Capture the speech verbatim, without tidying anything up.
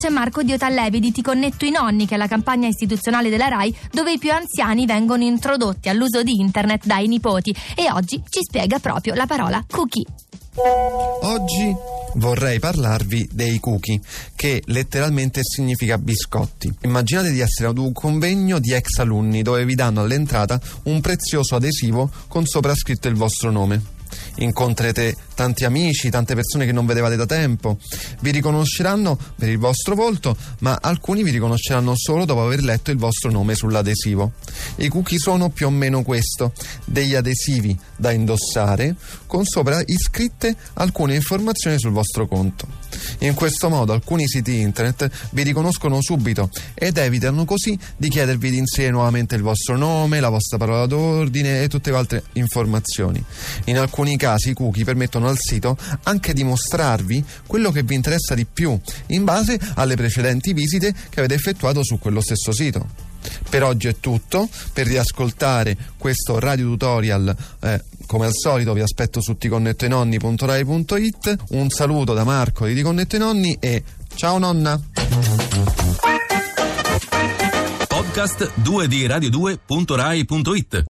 C'è Marco Diotallevi di Ti connetto i nonni, che è la campagna istituzionale della RAI dove i più anziani vengono introdotti all'uso di internet dai nipoti, e oggi ci spiega proprio la parola cookie. Oggi vorrei parlarvi dei cookie, che letteralmente significa biscotti. Immaginate di essere ad un convegno di ex alunni dove vi danno all'entrata un prezioso adesivo con sopra scritto il vostro nome. Incontrete tanti amici, tante persone che non vedevate da tempo. Vi riconosceranno per il vostro volto, ma alcuni vi riconosceranno solo dopo aver letto il vostro nome sull'adesivo. I cookie sono più o meno questo: degli adesivi da indossare con sopra iscritte alcune informazioni sul vostro conto. In questo modo alcuni siti internet vi riconoscono subito ed evitano così di chiedervi di inserire nuovamente il vostro nome, la vostra parola d'ordine e tutte le altre informazioni. In alcuni casi i cookie permettono al sito anche di mostrarvi quello che vi interessa di più in base alle precedenti visite che avete effettuato su quello stesso sito. Per oggi è tutto. Per riascoltare questo radio tutorial, eh, come al solito vi aspetto su ti connetto i nonni punto rai punto it. Un saluto da Marco di Ti connetto i nonni e ciao nonna. Podcast due di radio due punto rai punto it